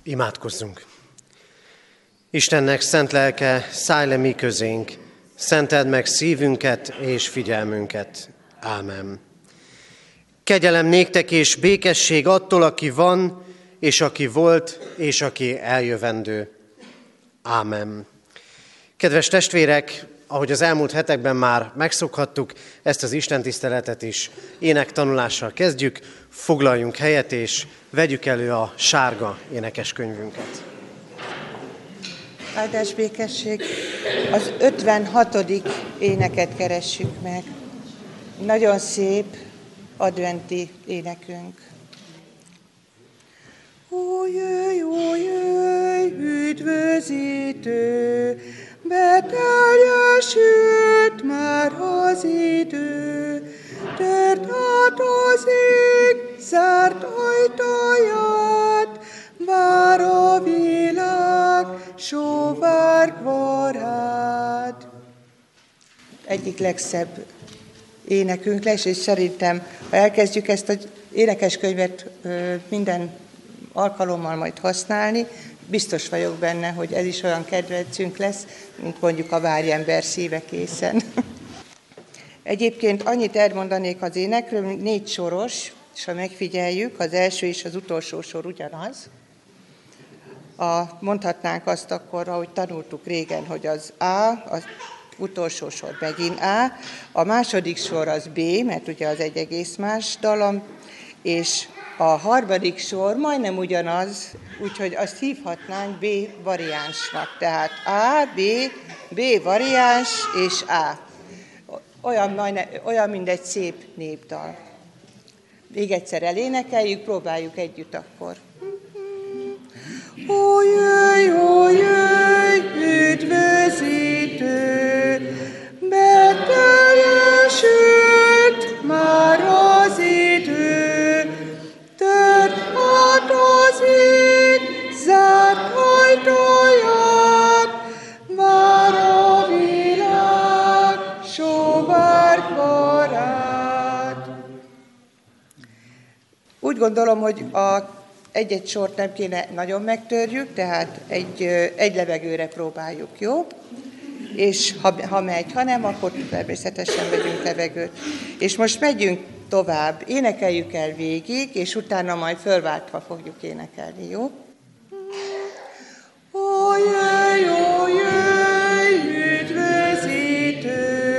Imádkozzunk! Istennek szent lelke, szállj le mi közénk, szenteld meg szívünket és figyelmünket. Ámen. Kegyelem néktek és békesség attól, aki van, és aki volt, és aki eljövendő. Ámen. Kedves testvérek, ahogy az elmúlt hetekben már megszokhattuk, ezt az istentiszteletet is énektanulással kezdjük, foglaljunk helyet és vegyük elő a sárga énekeskönyvünket. Áldás békesség, az 56. éneket keressük meg. Nagyon szép adventi énekünk. Ó jöjj, üdvözítő, beteljesült már az idő, tört át az ég, zárt ajtaját, vár a világ, sóvárgva rád. Egyik legszebb énekünk lesz, és szerintem, ha elkezdjük ezt az énekeskönyvet minden alkalommal majd használni, biztos vagyok benne, hogy ez is olyan kedvencünk lesz, mint mondjuk a Várj ember szíve készen. Egyébként annyit elmondanék az énekről, 4 soros, és ha megfigyeljük, az első és az utolsó sor ugyanaz. Mondhatnánk azt akkor, ahogy tanultuk régen, hogy az A, az utolsó sor megint A, a második sor az B, mert ugye az egy egész más dallam, és a harmadik sor majdnem ugyanaz, úgyhogy azt hívhatnánk B variánsnak. Tehát A, B variáns és A. Olyan, mint egy szép népdal. Még egyszer elénekeljük, próbáljuk együtt akkor. Ó jöjj, üdvözítő, beteljesült már az idő, tört át az ég, zárt ajtaját, vár a világ, sóvárgva rád. Úgy gondolom, hogy egy-egy sort nem kéne nagyon megtörjük, tehát egy levegőre próbáljuk, jó? És ha megy, ha nem, akkor természetesen vegyünk levegőt. És most megyünk tovább, énekeljük el végig, és utána majd fölváltva fogjuk énekelni, jó? Ó jöjj, üdvözítő,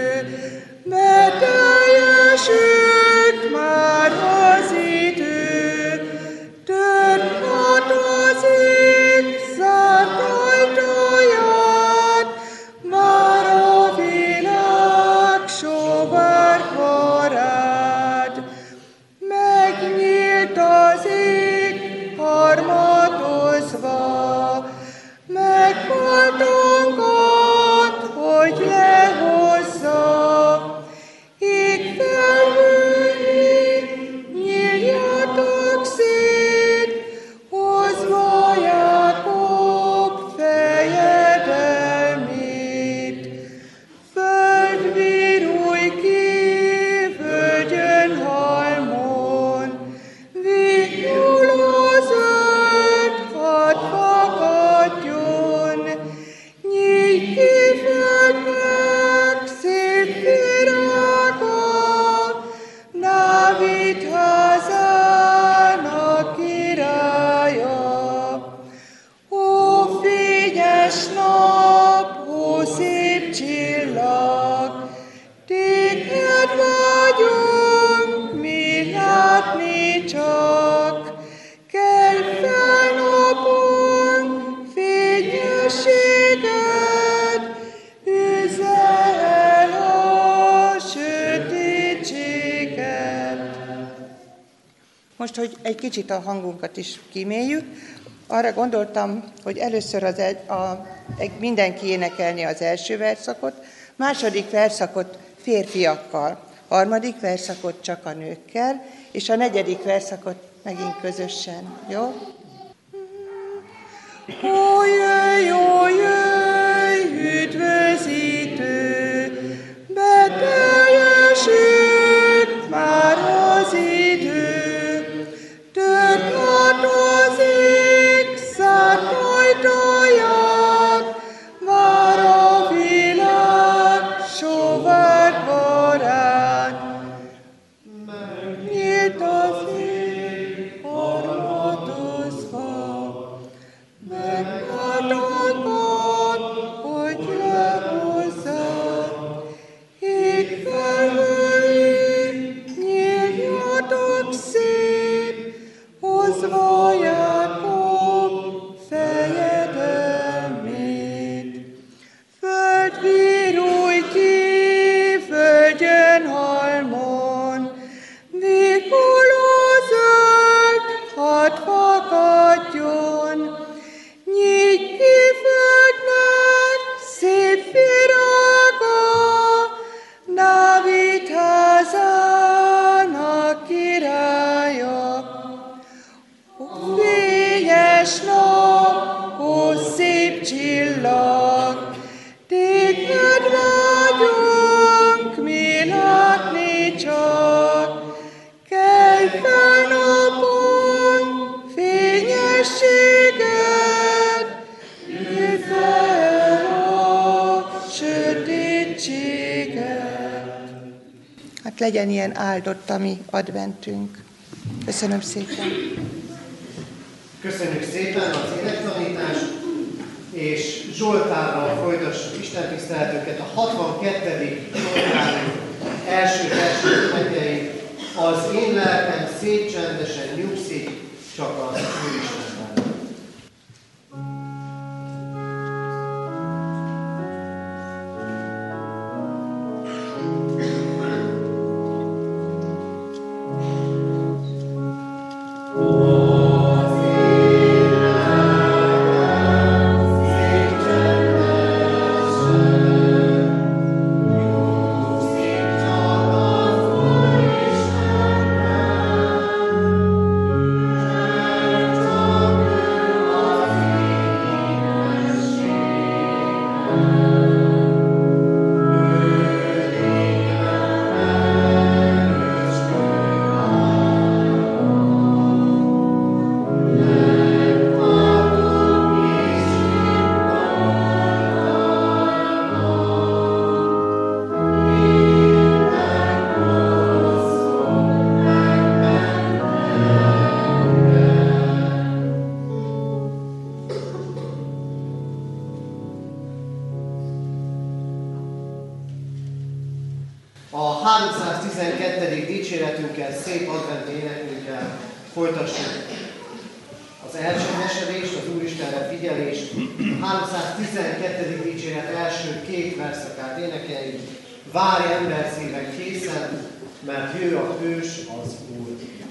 beteljesült már az idő, tört át az ég, zárt ajtaját, vár a világ, sóvárgva rád. Megnyílt az ég, harmatozva, megváltunk át, hogy lehozza. Ég felhői, nyíljatok szét, hozva Jákob fejedelmét. Föld virulj ki, völgyön halmon, végül a zöld, hadd fakadjon. Nyíj ki földnek szép virága, Dávid házának királya. Ó, fényes nap, ó, szép csillag, téged vágyunk mi látni csak. Kelj fel napon, fényességed, üzze el a sötétséget. Most, hogy egy kicsit a hangunkat is kíméljük, arra gondoltam, hogy először mindenki énekelni az első verszakot, második verszakot férfiakkal, harmadik verszakot csak a nőkkel, és a negyedik verszakot megint közösen, jó? Ó jöjj, üdvözítő, beteljesült már az idő, tört át az ég, virulj ki földön halmon, virguló zöld, hadd fakadjon. Nyitj ki földnek szép virága, Dávid házának királya. Ó, fényes nap, ó, szép csillag, téged vágyunk mi látni csak. Kelj fel napon fényességet, nyitd fel a sötétséget. Hát legyen ilyen áldott a mi adventünk. Köszönöm szépen. Köszönjük szépen az énektanítást, és Zsoltárral folytassuk istentiszteletünket. A 62. Zsoltárunk első versét. Az én lelkem szép csendesen nyugszik, csak az Úristenben. A 312. dicséretünkkel, szép adventi énekünkkel folytassuk az elcsendesedést, az Úristenre figyelést. A 312. dicséret első két verszakát énekeljük. Várj ember szíven készen, mert jő a hős, az Úr.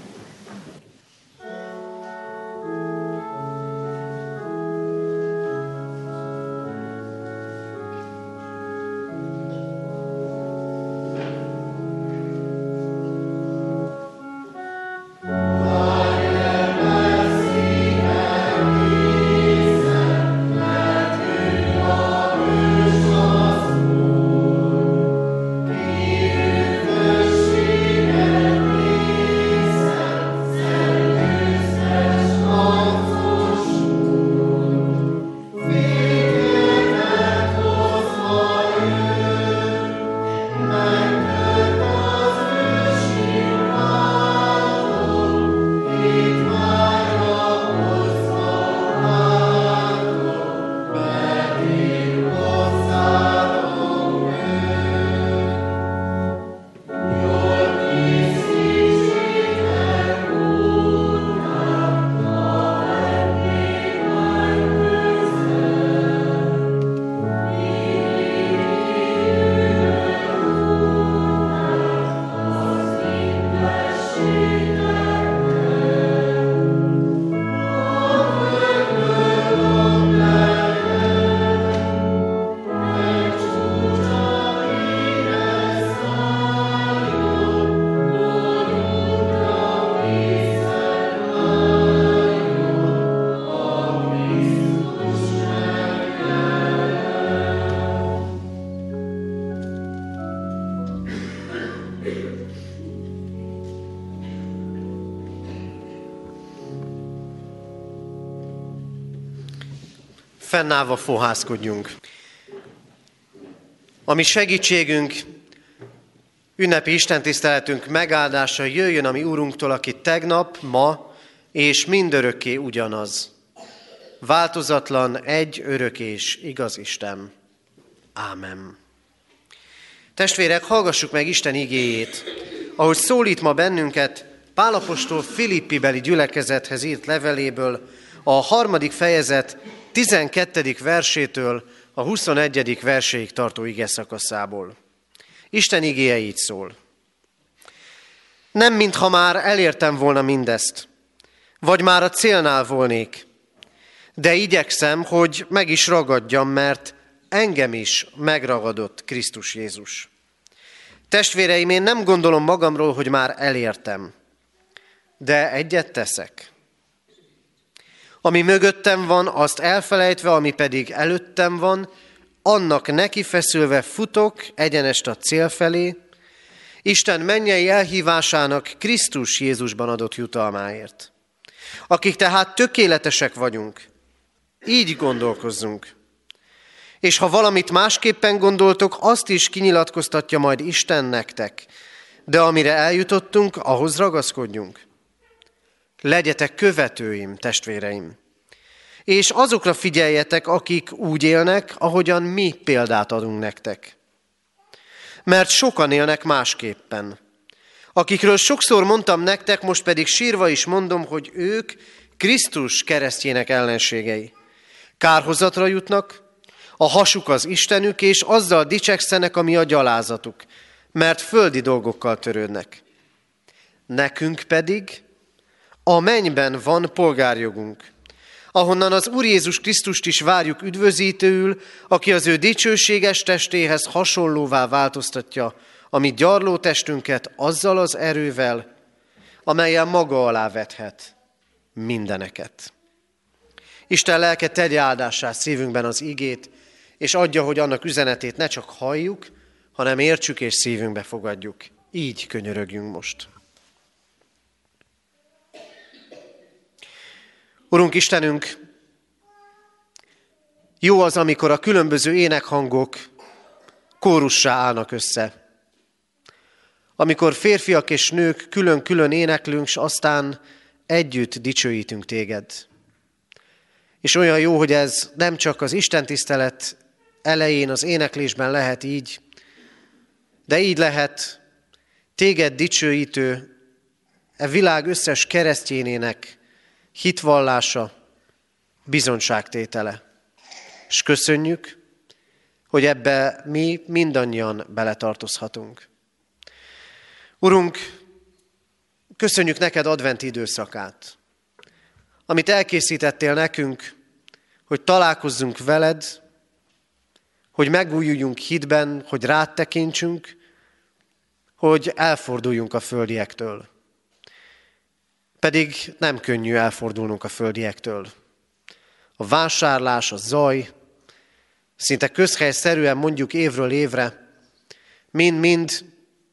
Fennállva fohászkodjunk. A mi segítségünk, ünnepi istentiszteletünk megáldása jöjjön a mi Úrunktól, aki tegnap, ma és mindörökké ugyanaz. Változatlan, egy örök és igaz Isten. Ámen. Testvérek, hallgassuk meg Isten igéjét, ahogy szólít ma bennünket Pál apostol Filippibeli gyülekezethez írt leveléből, a 3. fejezet 12. versétől a 21. verséig tartó igeszakaszából. Isten igéje így szól. Nem mintha már elértem volna mindezt, vagy már a célnál volnék, de igyekszem, hogy meg is ragadjam, mert engem is megragadott Krisztus Jézus. Testvéreim, én nem gondolom magamról, hogy már elértem, de egyet teszek. Ami mögöttem van, azt elfelejtve, ami pedig előttem van, annak neki feszülve futok egyenest a cél felé, Isten mennyei elhívásának Krisztus Jézusban adott jutalmáért. Akik tehát tökéletesek vagyunk, így gondolkozzunk. És ha valamit másképpen gondoltok, azt is kinyilatkoztatja majd Isten nektek. De amire eljutottunk, ahhoz ragaszkodjunk. Legyetek követőim, testvéreim. És azokra figyeljetek, akik úgy élnek, ahogyan mi példát adunk nektek. Mert sokan élnek másképpen. Akikről sokszor mondtam nektek, most pedig sírva is mondom, hogy ők Krisztus keresztjének ellenségei. Kárhozatra jutnak, a hasuk az Istenük, és azzal dicsekszenek, ami a gyalázatuk, mert földi dolgokkal törődnek. Nekünk pedig a mennyben van polgárjogunk, ahonnan az Úr Jézus Krisztust is várjuk üdvözítőül, aki az ő dicsőséges testéhez hasonlóvá változtatja a mi gyarló testünket azzal az erővel, amellyel maga alá vethet mindeneket. Isten lelke tegye áldássá szívünkben az igét, és adja, hogy annak üzenetét ne csak halljuk, hanem értsük és szívünkbe fogadjuk. Így könyörögjünk most. Urunk Istenünk, jó az, amikor a különböző énekhangok kórussá állnak össze. Amikor férfiak és nők külön-külön éneklünk, s aztán együtt dicsőítünk téged. És olyan jó, hogy ez nem csak az istentisztelet elején, az éneklésben lehet így, de így lehet téged dicsőítő, e világ összes keresztjénének hitvallása, bizonyságtétele. És köszönjük, hogy ebbe mi mindannyian beletartozhatunk. Urunk, köszönjük neked adventi időszakát, amit elkészítettél nekünk, hogy találkozzunk veled, hogy megújuljunk hitben, hogy rád tekintsünk, hogy elforduljunk a földiektől. Pedig nem könnyű elfordulnunk a földiektől. A vásárlás, a zaj, szinte közhelyszerűen mondjuk évről évre, mind-mind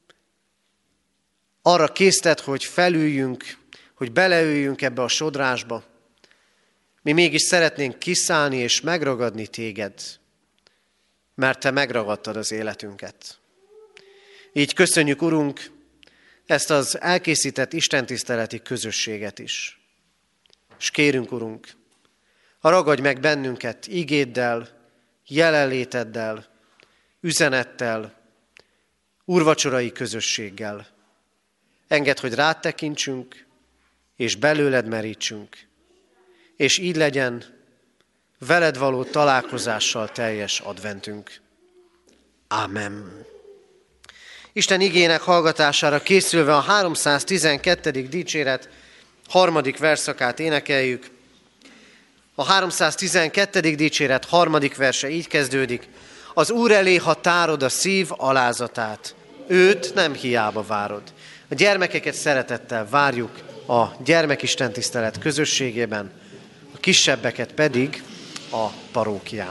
arra késztet, hogy felüljünk, hogy beleüljünk ebbe a sodrásba. Mi mégis szeretnénk kiszállni és megragadni téged, mert te megragadtad az életünket. Így köszönjük, Urunk, ezt az elkészített istentiszteleti közösséget is. És kérünk, Urunk, ragadj meg bennünket igéddel, jelenléteddel, üzenettel, úrvacsorai közösséggel. Engedd, hogy rád tekintsünk, és belőled merítsünk. És így legyen veled való találkozással teljes adventünk. Ámen. Isten igének hallgatására készülve a 312. dicséret 3. verszakát énekeljük. A 312. dicséret 3. verse így kezdődik. Az Úr elé, ha tárod a szív alázatát, őt nem hiába várod. A gyermekeket szeretettel várjuk a gyermekistentisztelet közösségében, a kisebbeket pedig a parókián.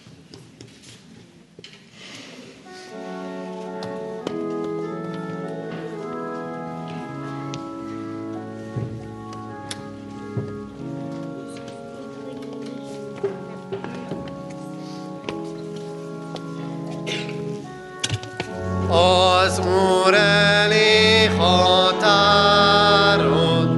Az Úr elé határod,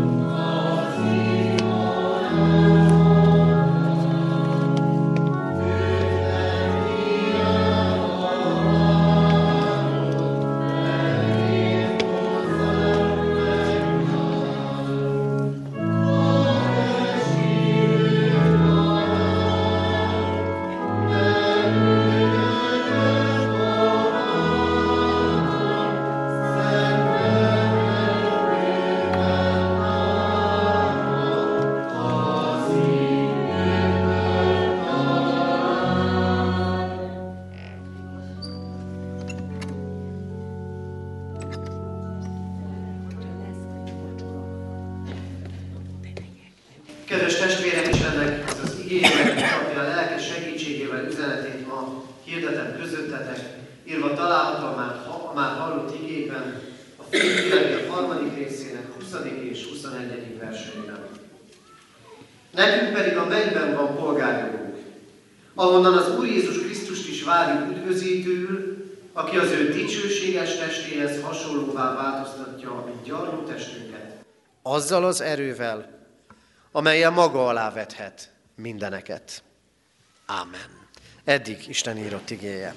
Kedves testvérek, Istennek ez az igénynek mutatja a lelke segítségével üzenetét ma hirdetem közöttetek, írva található a már hallott igében, a Filipi harmadik részének 20. és 21. verseiben. Nekünk pedig a mennyben van polgárjogunk, ahonnan az Úr Jézus Krisztust is várjuk üdvözítőül, aki az ő dicsőséges testéhez hasonlóvá változtatja a mi gyarló testünket. Azzal az erővel, amellyel maga alá vethet mindeneket. Ámen. Eddig Isten írott igéje.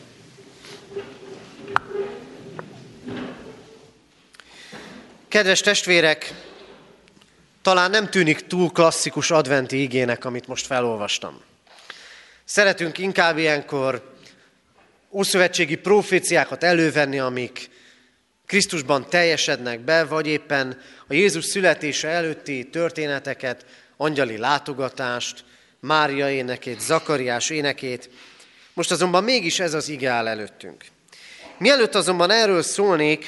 Kedves testvérek, talán nem tűnik túl klasszikus adventi igének, amit most felolvastam. Szeretünk inkább ilyenkor ószövetségi proféciákat elővenni, amik Krisztusban teljesednek be, vagy éppen a Jézus születése előtti történeteket, angyali látogatást, Mária énekét, Zakariás énekét. Most azonban mégis ez az ige áll előttünk. Mielőtt azonban erről szólnék,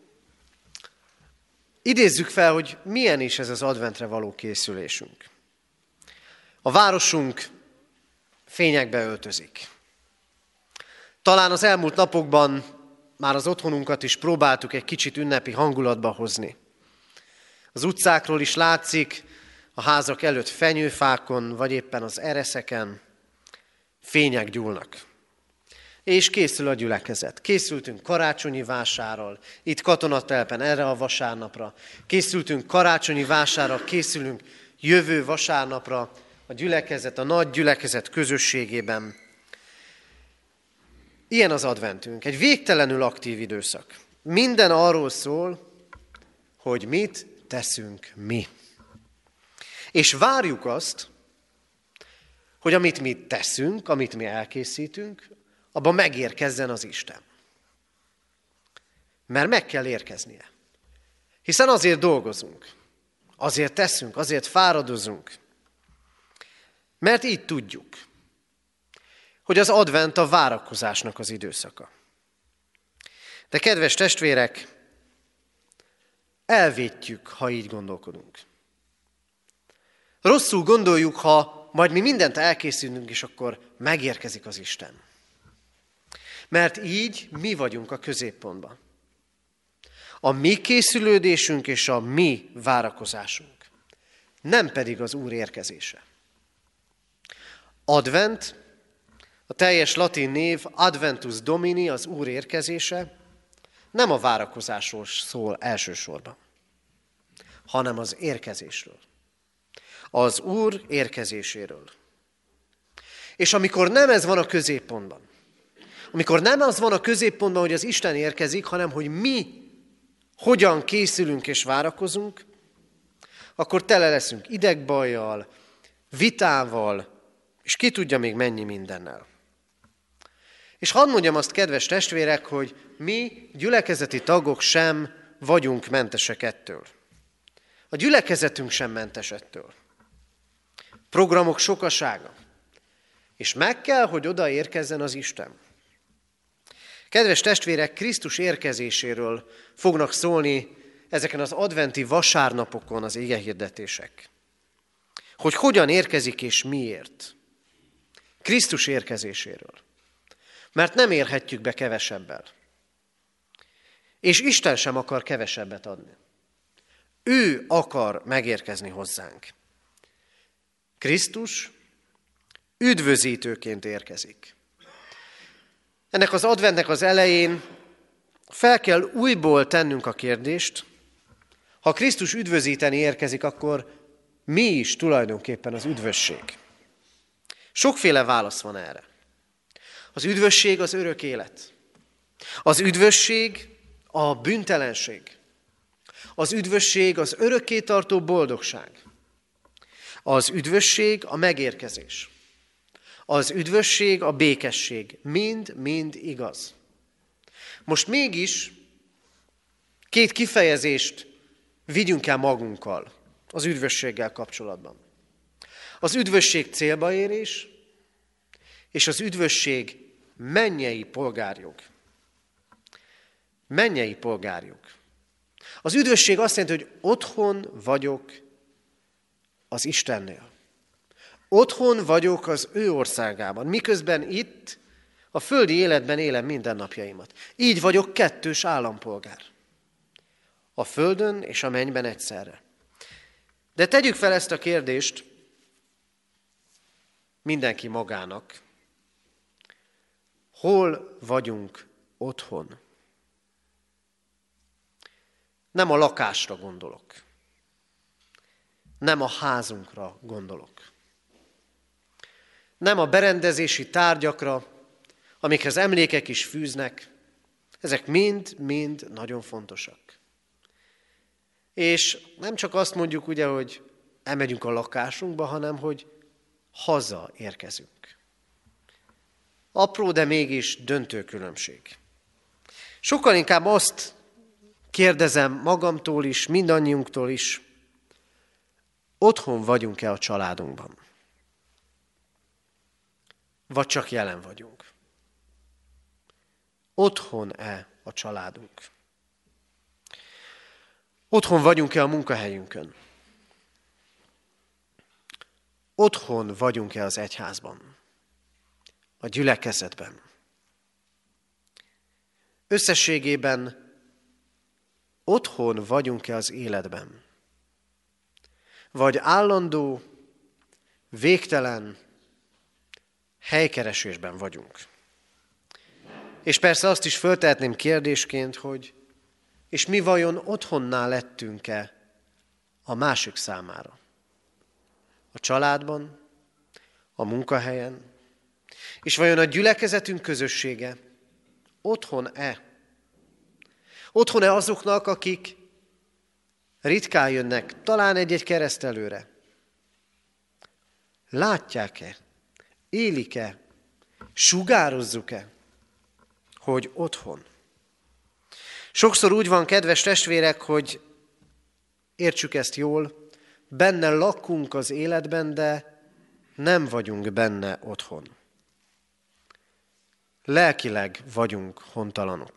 idézzük fel, hogy milyen is ez az adventre való készülésünk. A városunk fényekbe öltözik. Talán az elmúlt napokban már az otthonunkat is próbáltuk egy kicsit ünnepi hangulatba hozni. Az utcákról is látszik, a házak előtt fenyőfákon, vagy éppen az ereszeken fények gyúlnak. És készül a gyülekezet. Készültünk karácsonyi vásárral, itt Katonatelpen erre a vasárnapra. Készültünk karácsonyi vásárral, készülünk jövő vasárnapra a gyülekezet, a nagy gyülekezet közösségében. Ilyen az adventünk, egy végtelenül aktív időszak. Minden arról szól, hogy mit teszünk mi. És várjuk azt, hogy amit mi teszünk, amit mi elkészítünk, abban megérkezzen az Isten. Mert meg kell érkeznie. Hiszen azért dolgozunk, azért teszünk, azért fáradozunk. Mert így tudjuk, hogy az advent a várakozásnak az időszaka. De kedves testvérek, elvétjük, ha így gondolkodunk. Rosszul gondoljuk, ha majd mi mindent elkészülünk, és akkor megérkezik az Isten. Mert így mi vagyunk a középpontban. A mi készülődésünk és a mi várakozásunk. Nem pedig az Úr érkezése. Advent, a teljes latin név Adventus Domini, az Úr érkezése, nem a várakozásról szól elsősorban, hanem az érkezésről. Az Úr érkezéséről. És amikor nem ez van a középpontban, amikor nem az van a középpontban, hogy az Isten érkezik, hanem hogy mi hogyan készülünk és várakozunk, akkor tele leszünk idegbajjal, vitával, és ki tudja még mennyi mindennel. És hadd mondjam azt, kedves testvérek, hogy mi gyülekezeti tagok sem vagyunk mentesek ettől. A gyülekezetünk sem mentes ettől. Programok sokasága. És meg kell, hogy odaérkezzen az Isten. Kedves testvérek, Krisztus érkezéséről fognak szólni ezeken az adventi vasárnapokon az igehirdetések. Hogy hogyan érkezik és miért. Krisztus érkezéséről. Mert nem érhetjük be kevesebbel. És Isten sem akar kevesebbet adni. Ő akar megérkezni hozzánk. Krisztus üdvözítőként érkezik. Ennek az adventnek az elején fel kell újból tennünk a kérdést, ha Krisztus üdvözíteni érkezik, akkor mi is tulajdonképpen az üdvösség? Sokféle válasz van erre. Az üdvösség az örök élet. Az üdvösség a bűntelenség. Az üdvösség az örökkétartó boldogság. Az üdvösség a megérkezés. Az üdvösség a békesség. Mind igaz. Most mégis két kifejezést vigyünk el magunkkal az üdvösséggel kapcsolatban. Az üdvösség célba érés, és az üdvösség mennyei polgárjog. Mennyei polgárjog. Az üdvösség azt jelenti, hogy otthon vagyok az Istennél. Otthon vagyok az ő országában, miközben itt a földi életben élem mindennapjaimat. Így vagyok kettős állampolgár. A földön és a mennyben egyszerre. De tegyük fel ezt a kérdést mindenki magának. Hol vagyunk otthon? Nem a lakásra gondolok. Nem a házunkra gondolok. Nem a berendezési tárgyakra, amikhez emlékek is fűznek. Ezek mind nagyon fontosak. És nem csak azt mondjuk ugye, hogy elmegyünk a lakásunkba, hanem hogy haza érkezünk. Apró, de mégis döntő különbség. Sokkal inkább azt kérdezem magamtól is, mindannyiunktól is, otthon vagyunk-e a családunkban? Vagy csak jelen vagyunk? Otthon-e a családunk? Otthon vagyunk-e a munkahelyünkön? Otthon vagyunk-e az egyházban? A gyülekezetben? Összességében otthon vagyunk-e az életben? Vagy állandó, végtelen helykeresésben vagyunk? És persze azt is föltehetném kérdésként, hogy és mi vajon otthonná lettünk-e a másik számára? A családban, a munkahelyen, és vajon a gyülekezetünk közössége otthon-e? Otthon-e azoknak, akik ritkán jönnek, talán egy-egy keresztelőre? Látják-e? Élik-e? Sugározzuk-e, hogy otthon? Sokszor úgy van, kedves testvérek, hogy értsük ezt jól, benne lakunk az életben, de nem vagyunk benne otthon. Lelkileg vagyunk hontalanok.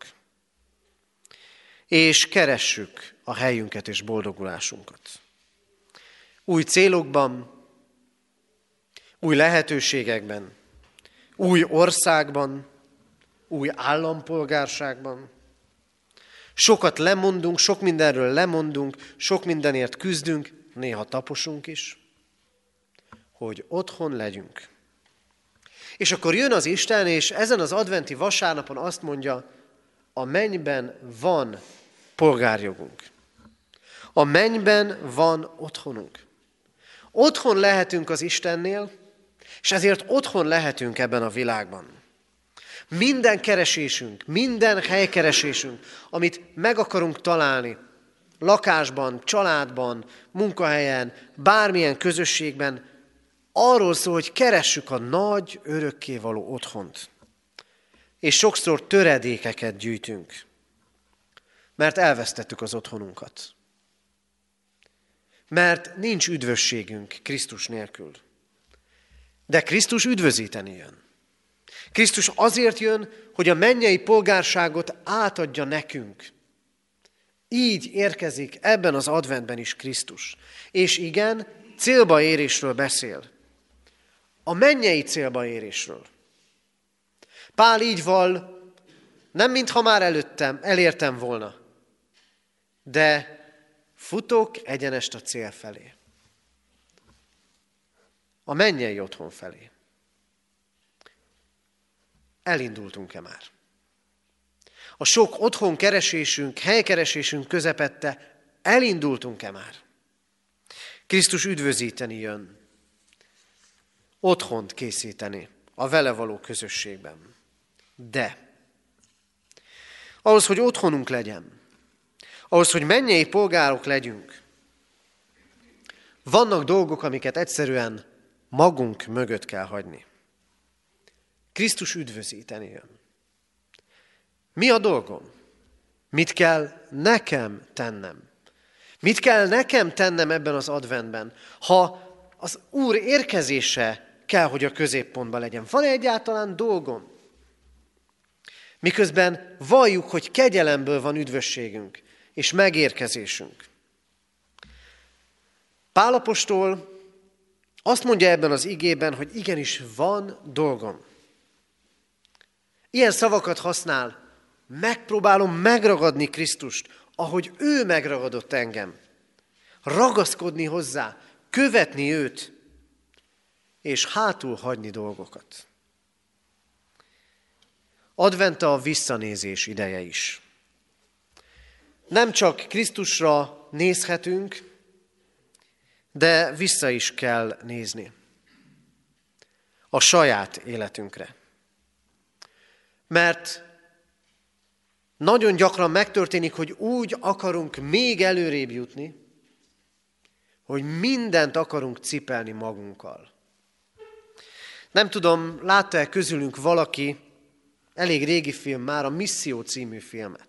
És keressük a helyünket és boldogulásunkat. Új célokban, új lehetőségekben, új országban, új állampolgárságban. Sokat lemondunk, sok mindenről lemondunk, sok mindenért küzdünk, néha taposunk is, hogy otthon legyünk. És akkor jön az Isten, és ezen az adventi vasárnapon azt mondja, a mennyben van polgárjogunk. A mennyben van otthonunk. Otthon lehetünk az Istennél, és ezért otthon lehetünk ebben a világban. Minden keresésünk, minden helykeresésünk, amit meg akarunk találni, lakásban, családban, munkahelyen, bármilyen közösségben, arról szól, hogy keressük a nagy, örökkévaló otthont. És sokszor töredékeket gyűjtünk, mert elvesztettük az otthonunkat. Mert nincs üdvösségünk Krisztus nélkül. De Krisztus üdvözíteni jön. Krisztus azért jön, hogy a mennyei polgárságot átadja nekünk. Így érkezik ebben az adventben is Krisztus. És igen, célba érésről beszél. A mennyei célba érésről. Pál így vall, nem mintha már elértem volna, de futok egyenest a cél felé. A mennyei otthon felé. Elindultunk-e már? A sok otthonkeresésünk, helykeresésünk közepette elindultunk-e már? Krisztus üdvözíteni jön. Otthont készíteni a vele való közösségben. De ahhoz, hogy otthonunk legyen, ahhoz, hogy mennyei polgárok legyünk, vannak dolgok, amiket egyszerűen magunk mögött kell hagyni. Krisztus üdvözíteni jön. Mi a dolgom? Mit kell nekem tennem? Mit kell nekem tennem ebben az adventben, ha az Úr érkezése kell, hogy a középpontban legyen? Van-e egyáltalán dolgom? Miközben valljuk, hogy kegyelemből van üdvösségünk és megérkezésünk. Pál apostol azt mondja ebben az igében, hogy igenis van dolgom. Ilyen szavakat használ, megpróbálom megragadni Krisztust, ahogy ő megragadott engem. Ragaszkodni hozzá, követni őt, és hátul hagyni dolgokat. Advent a visszanézés ideje is. Nem csak Krisztusra nézhetünk, de vissza is kell nézni a saját életünkre. Mert nagyon gyakran megtörténik, hogy úgy akarunk még előrébb jutni, hogy mindent akarunk cipelni magunkkal. Nem tudom, látta-e közülünk valaki, elég régi film már, a Misszió című filmet.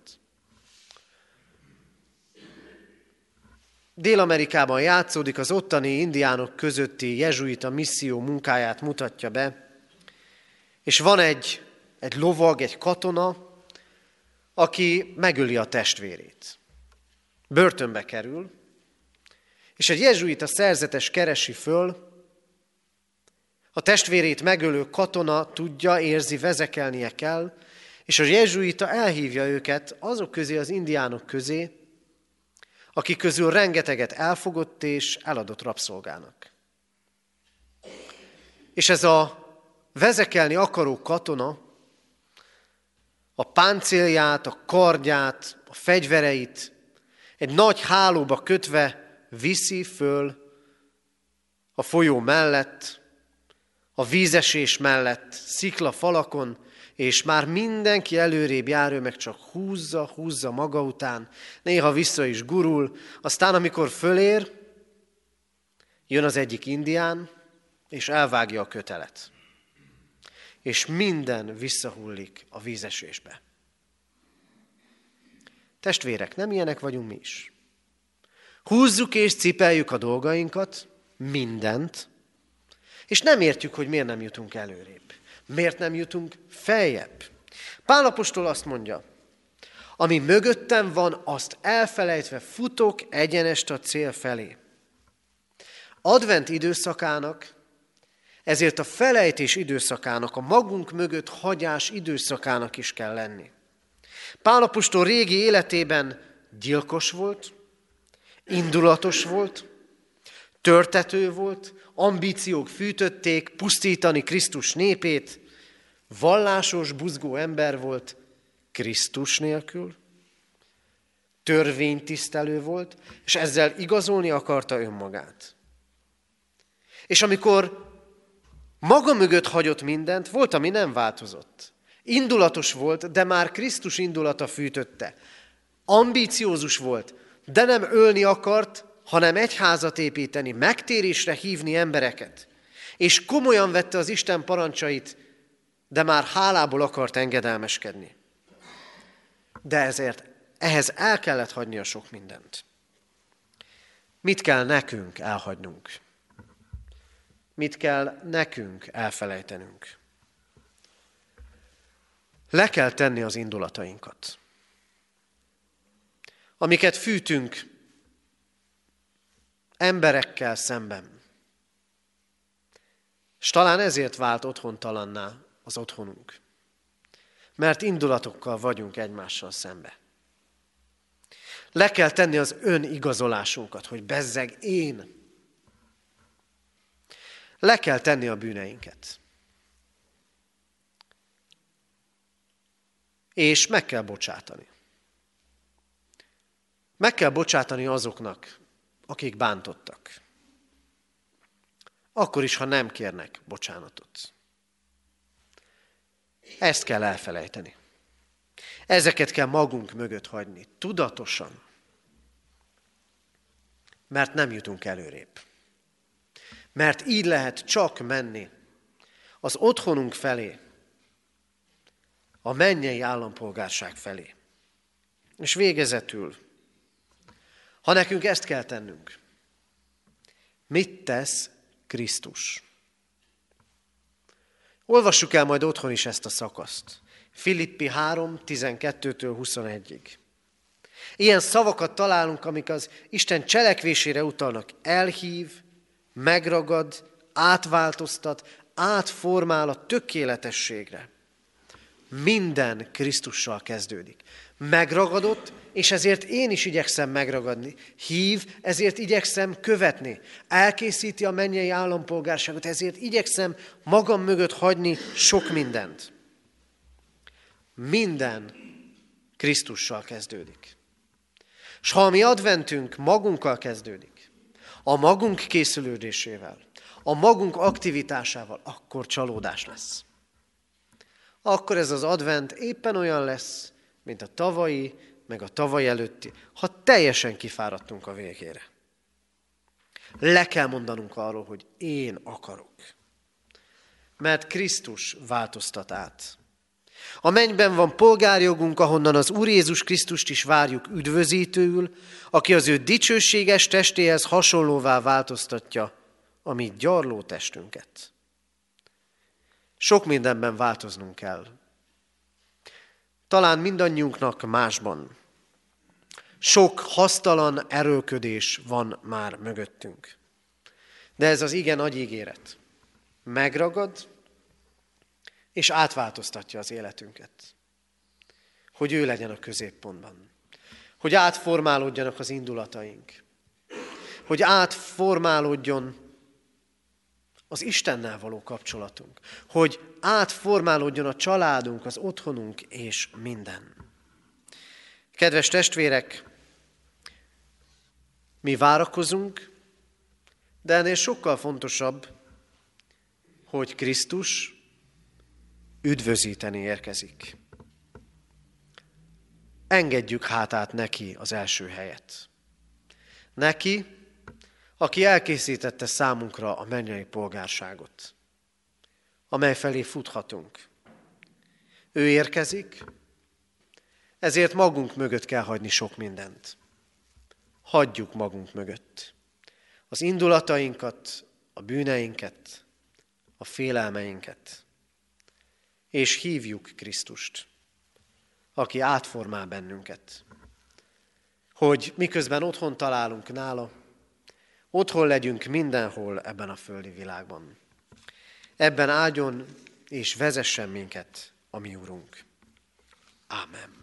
Dél-Amerikában játszódik, az ottani indiánok közötti jezsuita misszió munkáját mutatja be, és van egy lovag, egy katona, aki megöli a testvérét. Börtönbe kerül, és egy jezsuita szerzetes keresi föl, a testvérét megölő katona tudja, érzi, vezekelnie kell, és a jezsuita elhívja őket azok közé, az indiánok közé, akik közül rengeteget elfogott és eladott rabszolgának. És ez a vezekelni akaró katona a páncélját, a kardját, a fegyvereit egy nagy hálóba kötve viszi föl a folyó mellett, a vízesés mellett, sziklafalakon, és már mindenki előrébb jár, ő meg csak húzza maga után, néha vissza is gurul, aztán amikor fölér, jön az egyik indián, és elvágja a kötelet. És minden visszahullik a vízesésbe. Testvérek, nem ilyenek vagyunk mi is. Húzzuk és cipeljük a dolgainkat, mindent, és nem értjük, hogy miért nem jutunk előrébb. Miért nem jutunk feljebb? Pál apostol azt mondja, ami mögöttem van, azt elfelejtve futok egyenest a cél felé. Advent időszakának, ezért a felejtés időszakának, a magunk mögött hagyás időszakának is kell lenni. Pál apostol régi életében gyilkos volt, indulatos volt, törtető volt, ambíciók fűtötték pusztítani Krisztus népét, vallásos, buzgó ember volt Krisztus nélkül, törvénytisztelő volt, és ezzel igazolni akarta önmagát. És amikor maga mögött hagyott mindent, volt, ami nem változott. Indulatos volt, de már Krisztus indulata fűtötte. Ambíciózus volt, de nem ölni akart, hanem egyházat építeni, megtérésre hívni embereket. És komolyan vette az Isten parancsait, de már hálából akart engedelmeskedni. De ezért ehhez el kellett hagynia sok mindent. Mit kell nekünk elhagynunk? Mit kell nekünk elfelejtenünk? Le kell tenni az indulatainkat. Amiket fűtünk emberekkel szemben. És talán ezért vált otthontalanná az otthonunk. Mert indulatokkal vagyunk egymással szembe. Le kell tenni az önigazolásunkat, hogy bezzeg én. Le kell tenni a bűneinket. És meg kell bocsátani. Meg kell bocsátani azoknak, akik bántottak. Akkor is, ha nem kérnek bocsánatot. Ezt kell elfelejteni. Ezeket kell magunk mögött hagyni, tudatosan. Mert nem jutunk előrébb. Mert így lehet csak menni az otthonunk felé, a mennyei állampolgárság felé. És végezetül, ha nekünk ezt kell tennünk, mit tesz Krisztus? Olvassuk el majd otthon is ezt a szakaszt. Filippi 3, 12-től 21-ig. Ilyen szavakat találunk, amik az Isten cselekvésére utalnak. Elhív, megragad, átváltoztat, átformál a tökéletességre. Minden Krisztussal kezdődik. Megragadott, és ezért én is igyekszem megragadni. Hív, ezért igyekszem követni. Elkészíti a mennyei állampolgárságot, ezért igyekszem magam mögött hagyni sok mindent. Minden Krisztussal kezdődik. S ha a mi adventünk magunkkal kezdődik, a magunk készülődésével, a magunk aktivitásával, akkor csalódás lesz. Akkor ez az advent éppen olyan lesz, mint a tavalyi, meg a tavaly előtti, ha teljesen kifáradtunk a végére. Le kell mondanunk arról, hogy én akarok. Mert Krisztus változtat át. A mennyben van polgárjogunk, ahonnan az Úr Jézus Krisztust is várjuk üdvözítőül, aki az ő dicsőséges testéhez hasonlóvá változtatja a mi gyarló testünket. Sok mindenben változnunk kell. Talán mindannyiunknak másban. Sok hasztalan erőlködés van már mögöttünk. De ez az igen nagy ígéret. Megragad, és átváltoztatja az életünket. Hogy ő legyen a középpontban. Hogy átformálódjanak az indulataink. Hogy átformálódjon az Istennel való kapcsolatunk. Hogy átformálódjon a családunk, az otthonunk és minden. Kedves testvérek, mi várakozunk, de ennél sokkal fontosabb, hogy Krisztus üdvözíteni érkezik. Engedjük hátát neki az első helyet. Neki, aki elkészítette számunkra a mennyei polgárságot, amely felé futhatunk. Ő érkezik, ezért magunk mögött kell hagyni sok mindent. Hagyjuk magunk mögött az indulatainkat, a bűneinket, a félelmeinket, és hívjuk Krisztust, aki átformál bennünket, hogy miközben otthon találunk nála, otthon legyünk mindenhol ebben a földi világban. Ebben áldjon és vezessen minket a mi Urunk. Ámen.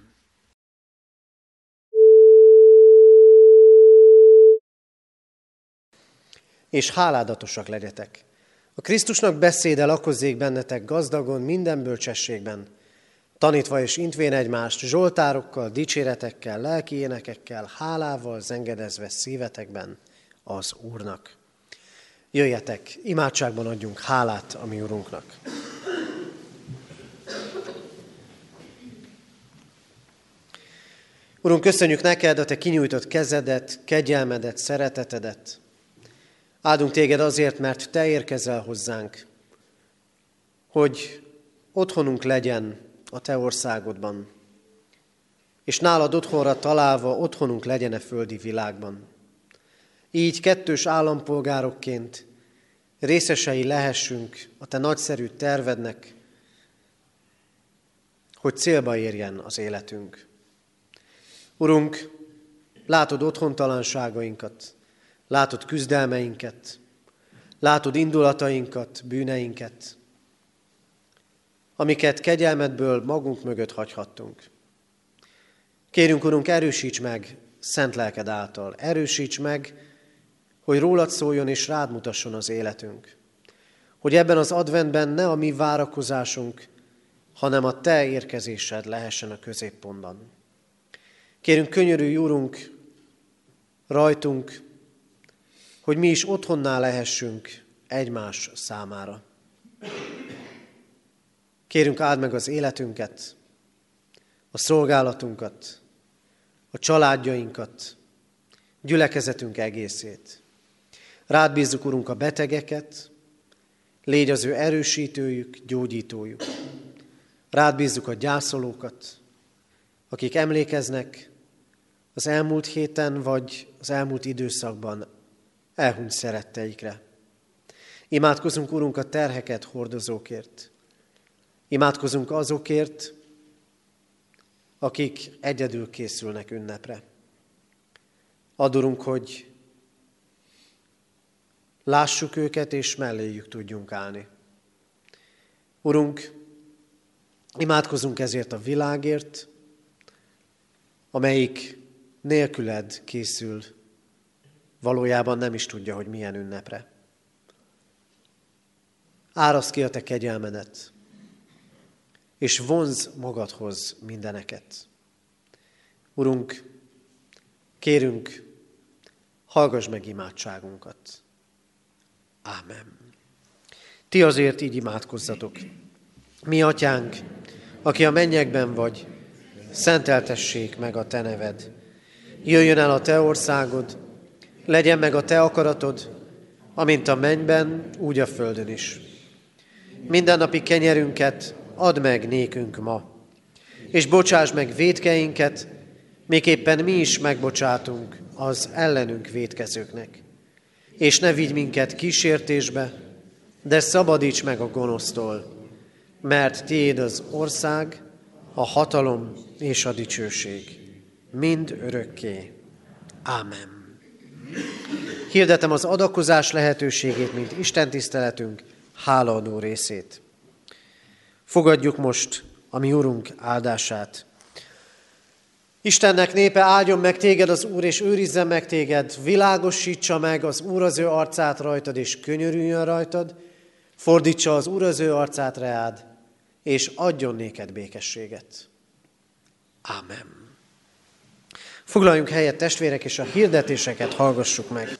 És háládatosak legyetek. A Krisztusnak beszéde lakozzék bennetek gazdagon minden bölcsességben, tanítva és intvén egymást zsoltárokkal, dicséretekkel, lelki énekekkel, hálával zengedezve szívetekben az Úrnak. Jöjjetek, imádságban adjunk hálát a mi Urunknak. Urunk, köszönjük neked a te kinyújtott kezedet, kegyelmedet, szeretetedet. Áldunk téged azért, mert te érkezel hozzánk, hogy otthonunk legyen a te országodban, és nálad otthonra találva otthonunk legyen a földi világban. Így kettős állampolgárokként részesei lehessünk a te nagyszerű tervednek, hogy célba érjen az életünk. Urunk, látod otthontalanságainkat, látod küzdelmeinket, látod indulatainkat, bűneinket, amiket kegyelmedből magunk mögött hagyhattunk. Kérünk, Urunk, erősíts meg szent lelked által, erősíts meg, hogy rólad szóljon és rád mutasson az életünk. Hogy ebben az adventben ne a mi várakozásunk, hanem a te érkezésed lehessen a középpontban. Kérünk, könyörülj, Urunk, rajtunk, hogy mi is otthonná lehessünk egymás számára. Kérünk, áld meg az életünket, a szolgálatunkat, a családjainkat, gyülekezetünk egészét. Rád bízzuk, Urunk, a betegeket, légy az ő erősítőjük, gyógyítójuk. Rád bízzuk a gyászolókat, akik emlékeznek az elmúlt héten vagy az elmúlt időszakban elhunyt szeretteikre. Imádkozunk, Urunk, a terheket hordozókért. Imádkozunk azokért, akik egyedül készülnek ünnepre. Add, Urunk, hogy lássuk őket, és melléjük tudjunk állni. Urunk, imádkozunk ezért a világért, amelyik nélküled készül, valójában nem is tudja, hogy milyen ünnepre. Áraszd ki a te kegyelmedet, és vonzd magadhoz mindeneket. Urunk, kérünk, hallgass meg imádságunkat. Ámen. Ti azért így imádkozzatok. Mi atyánk, aki a mennyekben vagy, szenteltessék meg a te neved. Jöjjön el a te országod, legyen meg a te akaratod, amint a mennyben, úgy a földön is. Mindennapi kenyerünket add meg nékünk ma, és bocsáss meg vétkeinket, miképpen mi is megbocsátunk az ellenünk vétkezőknek. És ne vigy minket kísértésbe, de szabadíts meg a gonosztól, mert tiéd az ország, a hatalom és a dicsőség, mind örökké. Ámen. Hirdetem az adakozás lehetőségét, mint istentiszteletünk hálaadó részét. Fogadjuk most a mi Urunk áldását. Istennek népe, áldjon meg téged az Úr, és őrizzen meg téged, világosítsa meg az Úr az ő arcát rajtad, és könyörüljön rajtad, fordítsa az Úr az ő arcát reád, és adjon néked békességet. Ámen. Foglaljunk helyet, testvérek, és a hirdetéseket hallgassuk meg.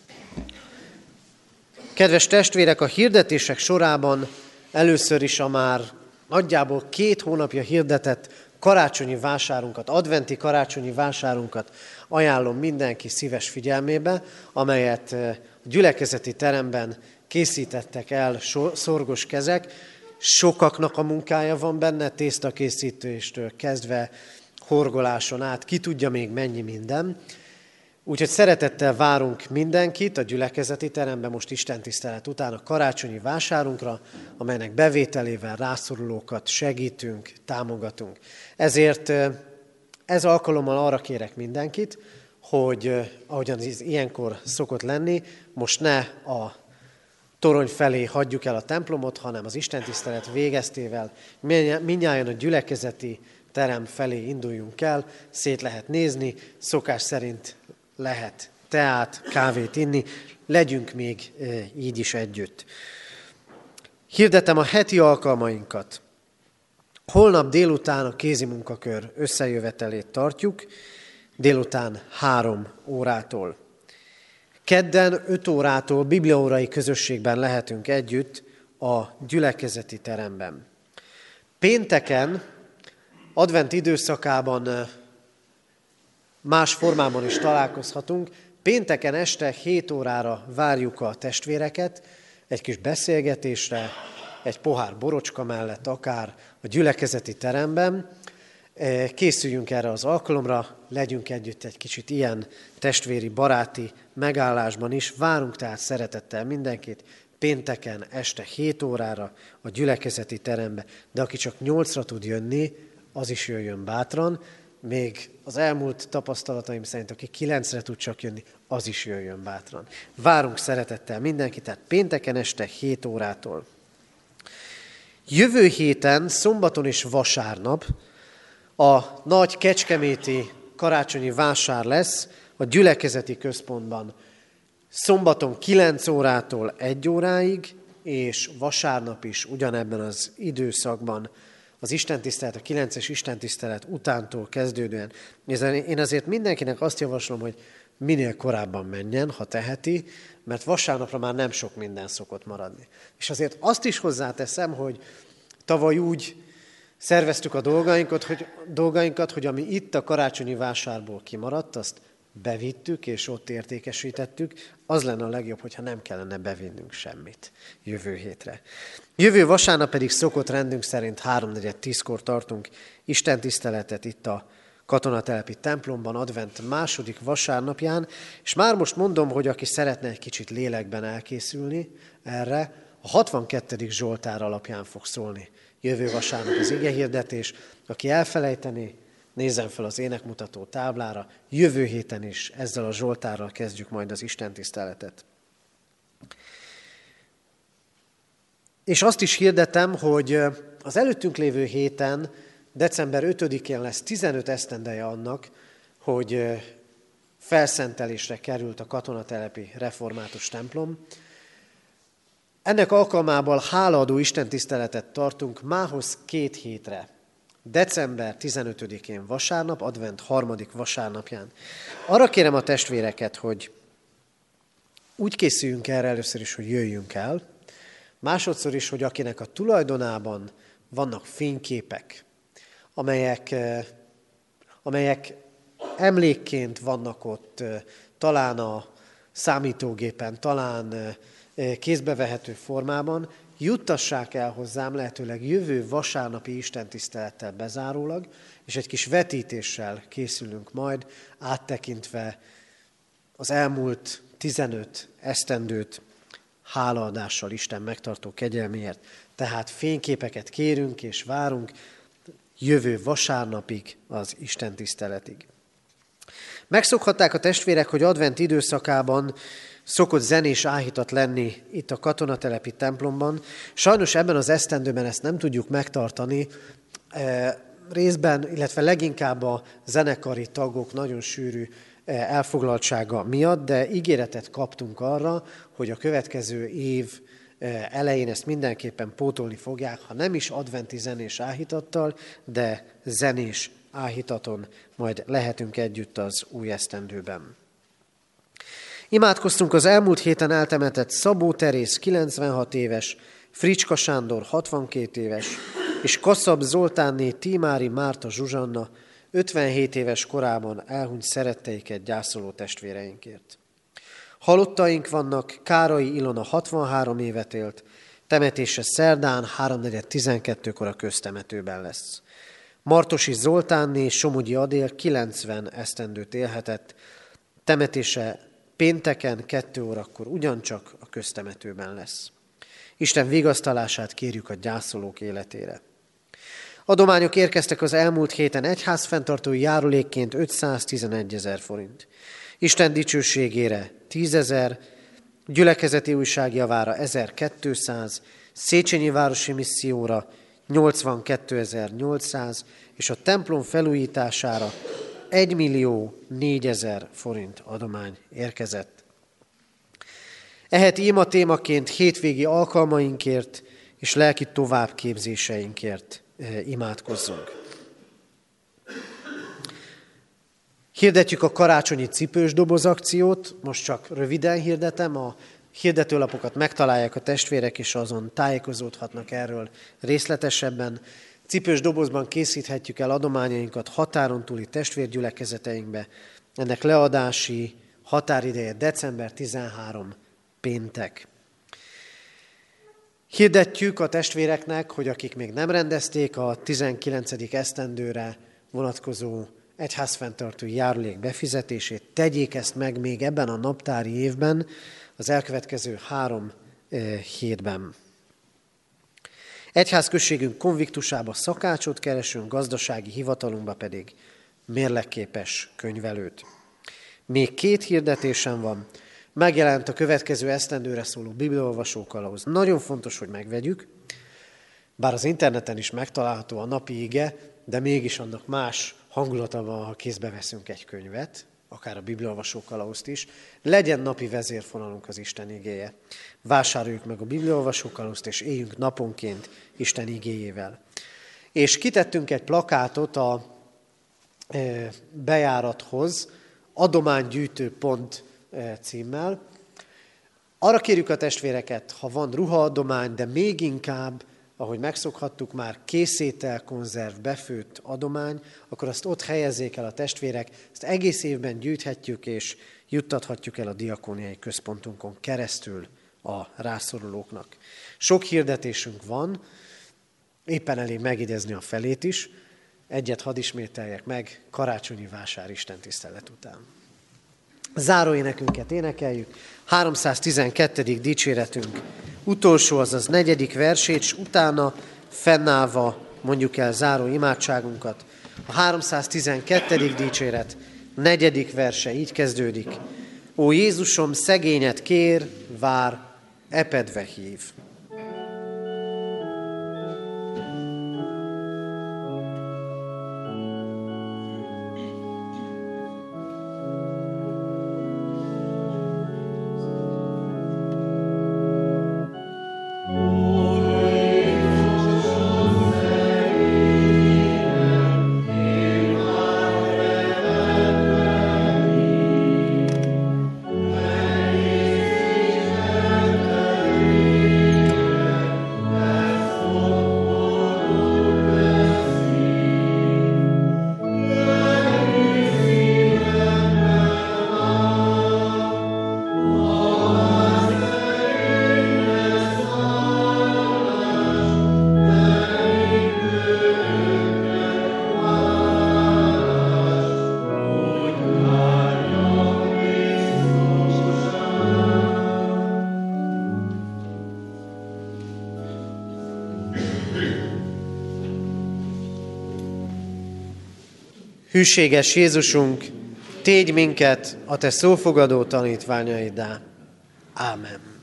Kedves testvérek, a hirdetések sorában először is a már nagyjából 2 hónapja hirdetett karácsonyi vásárunkat, adventi karácsonyi vásárunkat ajánlom mindenki szíves figyelmébe, amelyet a gyülekezeti teremben készítettek el szorgos kezek. Sokaknak a munkája van benne, tésztakészítéstől kezdve horgoláson át, ki tudja még mennyi minden. Úgyhogy szeretettel várunk mindenkit a gyülekezeti teremben most istentisztelet után a karácsonyi vásárunkra, amelynek bevételével rászorulókat segítünk, támogatunk. Ezért ez alkalommal arra kérek mindenkit, hogy ahogyan ez ilyenkor szokott lenni, most ne a torony felé hagyjuk el a templomot, hanem az istentisztelet végeztével mindnyájan a gyülekezeti terem felé induljunk el, szét lehet nézni, szokás szerint lehet teát, kávét inni, legyünk még így is együtt. Hirdetem a heti alkalmainkat. Holnap délután a kézimunkakör összejövetelét tartjuk, délután 3 órától. Kedden 5 órától bibliaórai közösségben lehetünk együtt a gyülekezeti teremben. Pénteken, advent időszakában más formában is találkozhatunk. Pénteken este 7 órára várjuk a testvéreket egy kis beszélgetésre, egy pohár borocska mellett akár a gyülekezeti teremben. Készüljünk erre az alkalomra, legyünk együtt egy kicsit ilyen testvéri, baráti megállásban is. Várunk tehát szeretettel mindenkit pénteken este 7 órára a gyülekezeti terembe. De aki csak 8-ra tud jönni, az is jöjjön bátran. Még az elmúlt tapasztalataim szerint, aki 9-re tud csak jönni, az is jöjjön bátran. Várunk szeretettel mindenkit, tehát pénteken este 7 órától. Jövő héten, szombaton és vasárnap a nagy kecskeméti karácsonyi vásár lesz a gyülekezeti központban. Szombaton 9 órától 1 óráig, és vasárnap is ugyanebben az időszakban az istentisztelet, a 9-es istentisztelet utántól kezdődően. Én azért mindenkinek azt javaslom, hogy minél korábban menjen, ha teheti, mert vasárnapra már nem sok minden szokott maradni. És azért azt is hozzáteszem, hogy tavaly úgy szerveztük a dolgainkat, hogy ami itt a karácsonyi vásárból kimaradt, azt bevittük és ott értékesítettük. Az lenne a legjobb, hogyha nem kellene bevinnünk semmit jövő hétre. Jövő vasárnap pedig szokott rendünk szerint 3:4-10-kor tartunk istentiszteletet itt a katonatelepi templomban, advent második vasárnapján, és már most mondom, hogy aki szeretne egy kicsit lélekben elkészülni erre, a 62. Zsoltár alapján fog szólni jövő vasárnap az igehirdetés. Aki elfelejteni, nézzen fel az énekmutató táblára, jövő héten is ezzel a Zsoltárral kezdjük majd az istentiszteletet. És azt is hirdetem, hogy az előttünk lévő héten, december 5-én lesz 15 esztendeje annak, hogy felszentelésre került a katonatelepi református templom. Ennek alkalmából hálaadó istentiszteletet tartunk mához 2 hétre, december 15-én vasárnap, advent 3. vasárnapján. Arra kérem a testvéreket, hogy úgy készüljünk erre először is, hogy jöjjünk el, másodszor is, hogy akinek a tulajdonában vannak fényképek, amelyek emlékként vannak ott, talán a számítógépen, talán kézbevehető formában, juttassák el hozzám lehetőleg jövő vasárnapi istentisztelettel bezárólag, és egy kis vetítéssel készülünk majd, áttekintve az elmúlt 15 esztendőt hálaadással Isten megtartó kegyelméért. Tehát fényképeket kérünk és várunk jövő vasárnapig az istentiszteletig. Megszokhatták a testvérek, hogy advent időszakában szokott zenés áhítat lenni itt a katonatelepi templomban. Sajnos ebben az esztendőben ezt nem tudjuk megtartani, részben, illetve leginkább a zenekari tagok nagyon sűrű elfoglaltsága miatt, de ígéretet kaptunk arra, hogy a következő év elején ezt mindenképpen pótolni fogják, ha nem is adventi zenés áhítattal, de zenés áhítaton majd lehetünk együtt az új esztendőben. Imádkoztunk az elmúlt héten eltemetett Szabó Teréz 96 éves, Fricska Sándor 62 éves, és Kaszab Zoltánné Tímári Márta Zsuzsanna 57 éves korában elhunyt szeretteiket gyászoló testvéreinkért. Halottaink vannak, Kárai Ilona 63 évet élt, temetése szerdán 3:12-kor a köztemetőben lesz. Martosi Zoltánné Somogyi Adél 90 esztendőt élhetett, temetése pénteken 2 órakor ugyancsak a köztemetőben lesz. Isten vigasztalását kérjük a gyászolók életére. Adományok érkeztek az elmúlt héten egyházfenntartói járulékként 511 000 forint. Isten dicsőségére 10 000, gyülekezeti újság javára 1200, Széchenyi városi misszióra 82 800, és a templom felújítására 1 400 000 forint adomány érkezett. Eheti ima témaként hétvégi alkalmainkért és lelki továbbképzéseinkért imádkozzunk. Hirdetjük a karácsonyi cipős doboz akciót, most csak röviden hirdetem, a hirdetőlapokat megtalálják a testvérek, és azon tájékozódhatnak erről részletesebben. Cipős dobozban készíthetjük el adományainkat határon túli testvérgyülekezeteinkbe. Ennek leadási határideje december 13 péntek. Hirdetjük a testvéreknek, hogy akik még nem rendezték a 19. esztendőre vonatkozó egyházfenntartói járulék befizetését, tegyék ezt meg még ebben a naptári évben, az elkövetkező 3 hétben. Egyházközségünk konviktusába szakácsot keresünk, gazdasági hivatalunkba pedig mérlekképes könyvelőt. Még 2 hirdetésem van. Megjelent a következő esztendőre szóló bibliaolvasókalauz. Nagyon fontos, hogy megvegyük, bár az interneten is megtalálható a napi ige, de mégis annak más hangulata van, ha kézbe veszünk egy könyvet, akár a bibliaolvasókalauzt is. Legyen napi vezérfonalunk az Isten igéje. Vásároljuk meg a bibliaolvasókalauzt, és éljünk naponként Isten igéjével. És kitettünk egy plakátot a bejárathoz, adománygyűjtőpont címmel. Arra kérjük a testvéreket, ha van ruhaadomány, de még inkább, ahogy megszokhattuk már, készétel, konzerv, befőtt adomány, akkor azt ott helyezzék el a testvérek, ezt egész évben gyűjthetjük, és juttathatjuk el a diakóniai központunkon keresztül a rászorulóknak. Sok hirdetésünk van, éppen elég megidézni a felét is. Egyet hadd ismételjek meg, karácsonyi vásár istentisztelet után. Záróénekünket énekeljük, 312. dicséretünk utolsó, azaz 4. versét, és utána fennállva mondjuk el záró imádságunkat. A 312. dicséret 4. verse így kezdődik. Ó Jézusom, szegényet kér, vár, epedve hív. Hűséges Jézusunk, tégy minket a te szófogadó tanítványaiddá. Ámen.